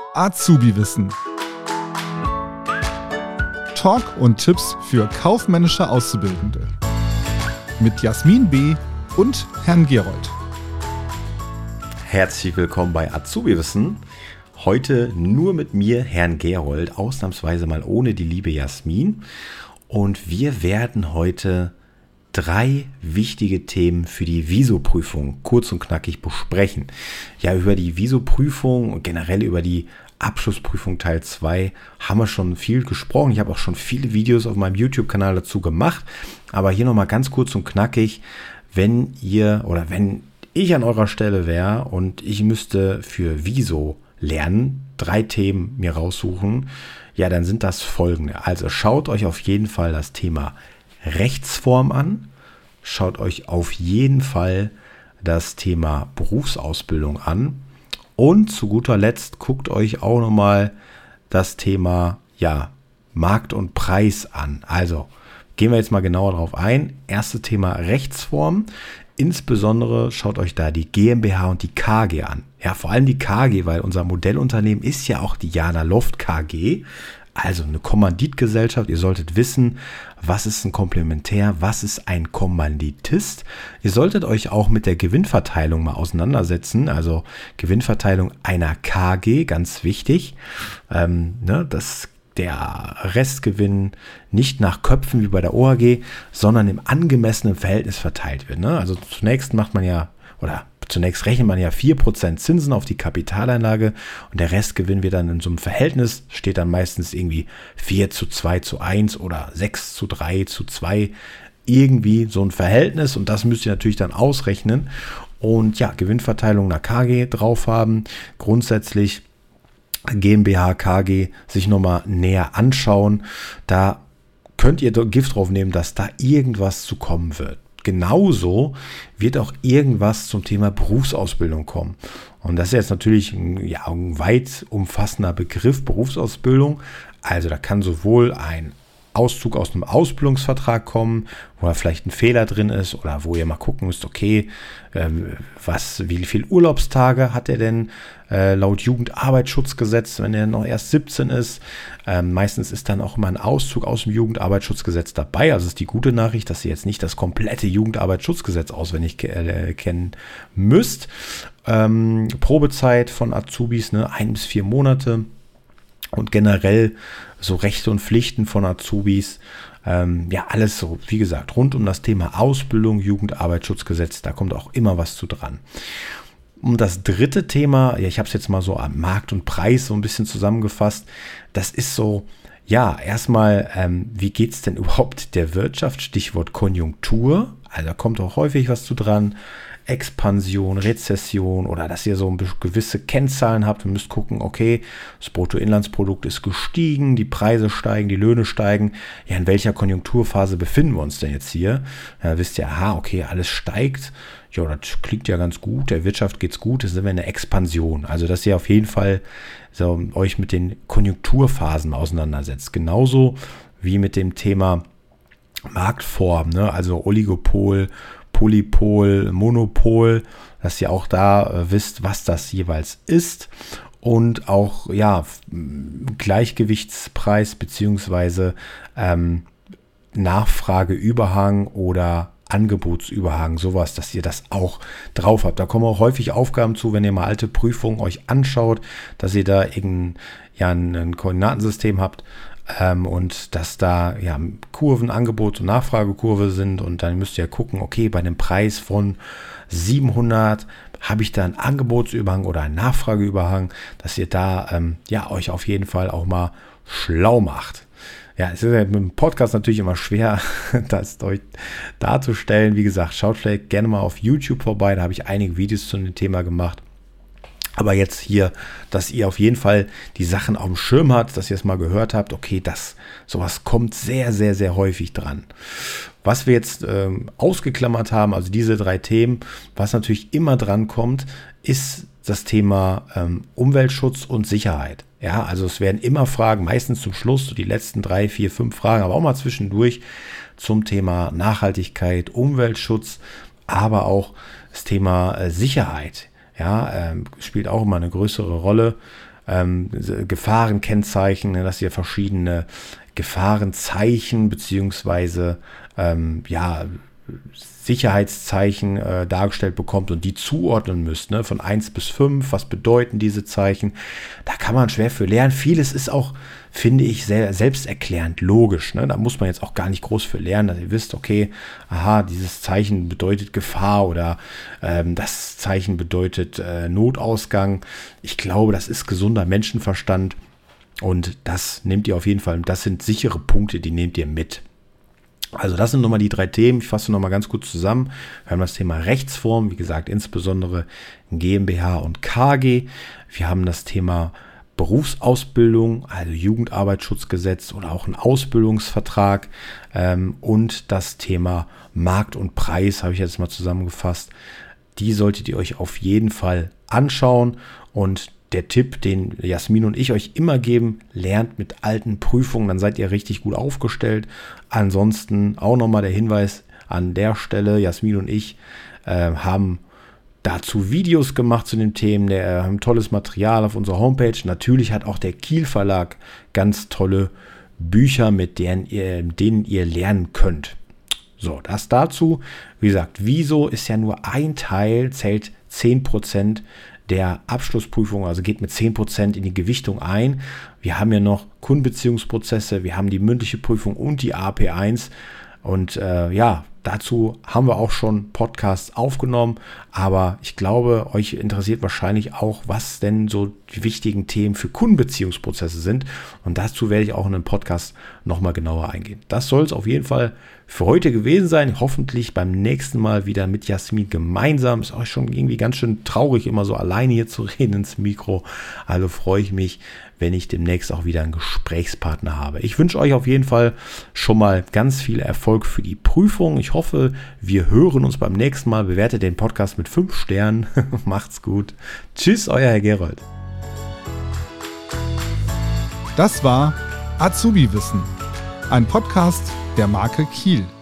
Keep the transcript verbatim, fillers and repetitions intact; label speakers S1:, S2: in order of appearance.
S1: Azubi-Wissen. Talk und Tipps für kaufmännische Auszubildende. Mit Jasmin B. und Herrn Gerold.
S2: Herzlich willkommen bei Azubi-Wissen. Heute nur mit mir, Herrn Gerold, ausnahmsweise mal ohne die liebe Jasmin. Und wir werden heute drei wichtige Themen für die V I S O-Prüfung kurz und knackig besprechen. Ja, über die V I S O-Prüfung und generell über die Abschlussprüfung Teil zwei haben wir schon viel gesprochen. Ich habe auch schon viele Videos auf meinem YouTube-Kanal dazu gemacht. Aber hier nochmal ganz kurz und knackig, wenn ihr oder wenn ich an eurer Stelle wäre und ich müsste für V I S O lernen, drei Themen mir raussuchen, ja, dann sind das folgende. Also schaut euch auf jeden Fall das Thema Rechtsform an, schaut euch auf jeden Fall das Thema Berufsausbildung an und zu guter Letzt guckt euch auch nochmal das Thema ja, Markt und Preis an. Also gehen wir jetzt mal genauer drauf ein. Erstes Thema Rechtsform. Insbesondere schaut euch da die GmbH und die K G an. Ja, vor allem die K G, weil unser Modellunternehmen ist ja auch die Jana Loft K G. Also eine Kommanditgesellschaft. Ihr solltet wissen, was ist ein Komplementär, was ist ein Kommanditist. Ihr solltet euch auch mit der Gewinnverteilung mal auseinandersetzen. Also Gewinnverteilung einer K G, ganz wichtig. Ähm, ne, das der Restgewinn nicht nach Köpfen wie bei der O H G, sondern im angemessenen Verhältnis verteilt wird. Ne? Also zunächst macht man ja, oder zunächst rechnet man ja vier Prozent Zinsen auf die Kapitaleinlage und der Restgewinn wird dann in so einem Verhältnis, steht dann meistens irgendwie vier zu zwei zu eins oder sechs zu drei zu zwei, irgendwie so ein Verhältnis und das müsst ihr natürlich dann ausrechnen und ja, Gewinnverteilung nach K G drauf haben, grundsätzlich GmbH, K G sich nochmal näher anschauen. Da könnt ihr Gift drauf nehmen, dass da irgendwas zu kommen wird. Genauso wird auch irgendwas zum Thema Berufsausbildung kommen. Und das ist jetzt natürlich ein, ja, ein weit umfassender Begriff, Berufsausbildung. Also da kann sowohl ein Auszug aus einem Ausbildungsvertrag kommen, wo da vielleicht ein Fehler drin ist oder wo ihr mal gucken müsst, okay, ähm, was, wie viele Urlaubstage hat er denn äh, laut Jugendarbeitsschutzgesetz, wenn er noch erst siebzehn ist. Ähm, meistens ist dann auch immer ein Auszug aus dem Jugendarbeitsschutzgesetz dabei. Also ist die gute Nachricht, dass ihr jetzt nicht das komplette Jugendarbeitsschutzgesetz auswendig ke- äh, kennen müsst. Ähm, Probezeit von Azubis, ne, ein bis vier Monate. Und generell so Rechte und Pflichten von Azubis, ähm, ja alles so, wie gesagt, rund um das Thema Ausbildung, Jugendarbeitsschutzgesetz, da kommt auch immer was zu dran. Und das dritte Thema, ja, ich habe es jetzt mal so am Markt und Preis so ein bisschen zusammengefasst, das ist so, ja, erstmal, ähm, wie geht es denn überhaupt der Wirtschaft, Stichwort Konjunktur, also da kommt auch häufig was zu dran, Expansion, Rezession oder dass ihr so gewisse Kennzahlen habt und müsst gucken, okay, das Bruttoinlandsprodukt ist gestiegen, die Preise steigen, die Löhne steigen. Ja, in welcher Konjunkturphase befinden wir uns denn jetzt hier? Ja, wisst ihr, aha, okay, alles steigt. Ja, das klingt ja ganz gut, der Wirtschaft geht's gut, jetzt sind wir in der Expansion. Also, dass ihr auf jeden Fall so, euch mit den Konjunkturphasen auseinandersetzt. Genauso wie mit dem Thema Marktform, ne? Also Oligopol, Polypol, Monopol, dass ihr auch da äh, wisst, was das jeweils ist und auch ja Gleichgewichtspreis beziehungsweise ähm, Nachfrageüberhang oder Angebotsüberhang, sowas, dass ihr das auch drauf habt. Da kommen auch häufig Aufgaben zu, wenn ihr mal alte Prüfungen euch anschaut, dass ihr da irgendein ja, ein Koordinatensystem habt, Ähm, und dass da ja Kurven, Angebots- und Nachfragekurve sind und dann müsst ihr ja gucken, okay, bei einem Preis von siebenhundert habe ich da einen Angebotsüberhang oder einen Nachfrageüberhang, dass ihr da ähm, ja euch auf jeden Fall auch mal schlau macht. Ja, es ist ja mit dem Podcast natürlich immer schwer, das euch darzustellen. Wie gesagt, schaut vielleicht gerne mal auf YouTube vorbei, da habe ich einige Videos zu dem Thema gemacht. Aber jetzt hier, dass ihr auf jeden Fall die Sachen auf dem Schirm habt, dass ihr es mal gehört habt, okay, das, sowas kommt sehr, sehr, sehr häufig dran. Was wir jetzt ähm, ausgeklammert haben, also diese drei Themen, was natürlich immer dran kommt, ist das Thema ähm, Umweltschutz und Sicherheit. Ja, also es werden immer Fragen, meistens zum Schluss, so die letzten drei, vier, fünf Fragen, aber auch mal zwischendurch zum Thema Nachhaltigkeit, Umweltschutz, aber auch das Thema äh, Sicherheit. Ja, ähm, spielt auch immer eine größere Rolle. ähm, Gefahrenkennzeichen, dass ihr verschiedene Gefahrenzeichen beziehungsweise ähm, ja, Sicherheitszeichen äh, dargestellt bekommt und die zuordnen müsst, ne? Von eins bis fünf, was bedeuten diese Zeichen? Da kann man schwer für lernen. Vieles ist auch, finde ich, sehr selbsterklärend, logisch. Ne? Da muss man jetzt auch gar nicht groß für lernen, dass ihr wisst, okay, aha, dieses Zeichen bedeutet Gefahr oder ähm, das Zeichen bedeutet äh, Notausgang. Ich glaube, das ist gesunder Menschenverstand und das nehmt ihr auf jeden Fall, das sind sichere Punkte, die nehmt ihr mit. Also das sind nochmal die drei Themen. Ich fasse nochmal ganz kurz zusammen. Wir haben das Thema Rechtsform, wie gesagt, insbesondere GmbH und K G. Wir haben das Thema Berufsausbildung, also Jugendarbeitsschutzgesetz oder auch ein Ausbildungsvertrag ähm, und das Thema Markt und Preis, habe ich jetzt mal zusammengefasst. Die solltet ihr euch auf jeden Fall anschauen und der Tipp, den Jasmin und ich euch immer geben, lernt mit alten Prüfungen, dann seid ihr richtig gut aufgestellt. Ansonsten auch nochmal der Hinweis an der Stelle, Jasmin und ich äh, haben dazu Videos gemacht zu den Themen, der äh, haben tolles Material auf unserer Homepage. Natürlich hat auch der Kiel Verlag ganz tolle Bücher, mit denen ihr, denen ihr lernen könnt. So, das dazu. Wie gesagt, Wieso ist ja nur ein Teil, zählt zehn Prozent der Abschlussprüfung, also geht mit zehn Prozent in die Gewichtung ein. Wir haben ja noch Kundenbeziehungsprozesse, wir haben die mündliche Prüfung und die A P eins und äh, ja, dazu haben wir auch schon Podcasts aufgenommen, aber ich glaube, euch interessiert wahrscheinlich auch, was denn so die wichtigen Themen für Kundenbeziehungsprozesse sind und dazu werde ich auch in einem Podcast nochmal genauer eingehen. Das soll es auf jeden Fall für heute gewesen sein. Hoffentlich beim nächsten Mal wieder mit Jasmin gemeinsam. Ist auch schon irgendwie ganz schön traurig, immer so alleine hier zu reden ins Mikro. Also freue ich mich, wenn ich demnächst auch wieder einen Gesprächspartner habe. Ich wünsche euch auf jeden Fall schon mal ganz viel Erfolg für die Prüfung. Ich hoffe, wir hören uns beim nächsten Mal. Bewertet den Podcast mit fünf Sternen. Macht's gut. Tschüss, euer Herr Gerold.
S1: Das war Azubi Wissen, ein Podcast der Marke Kiel.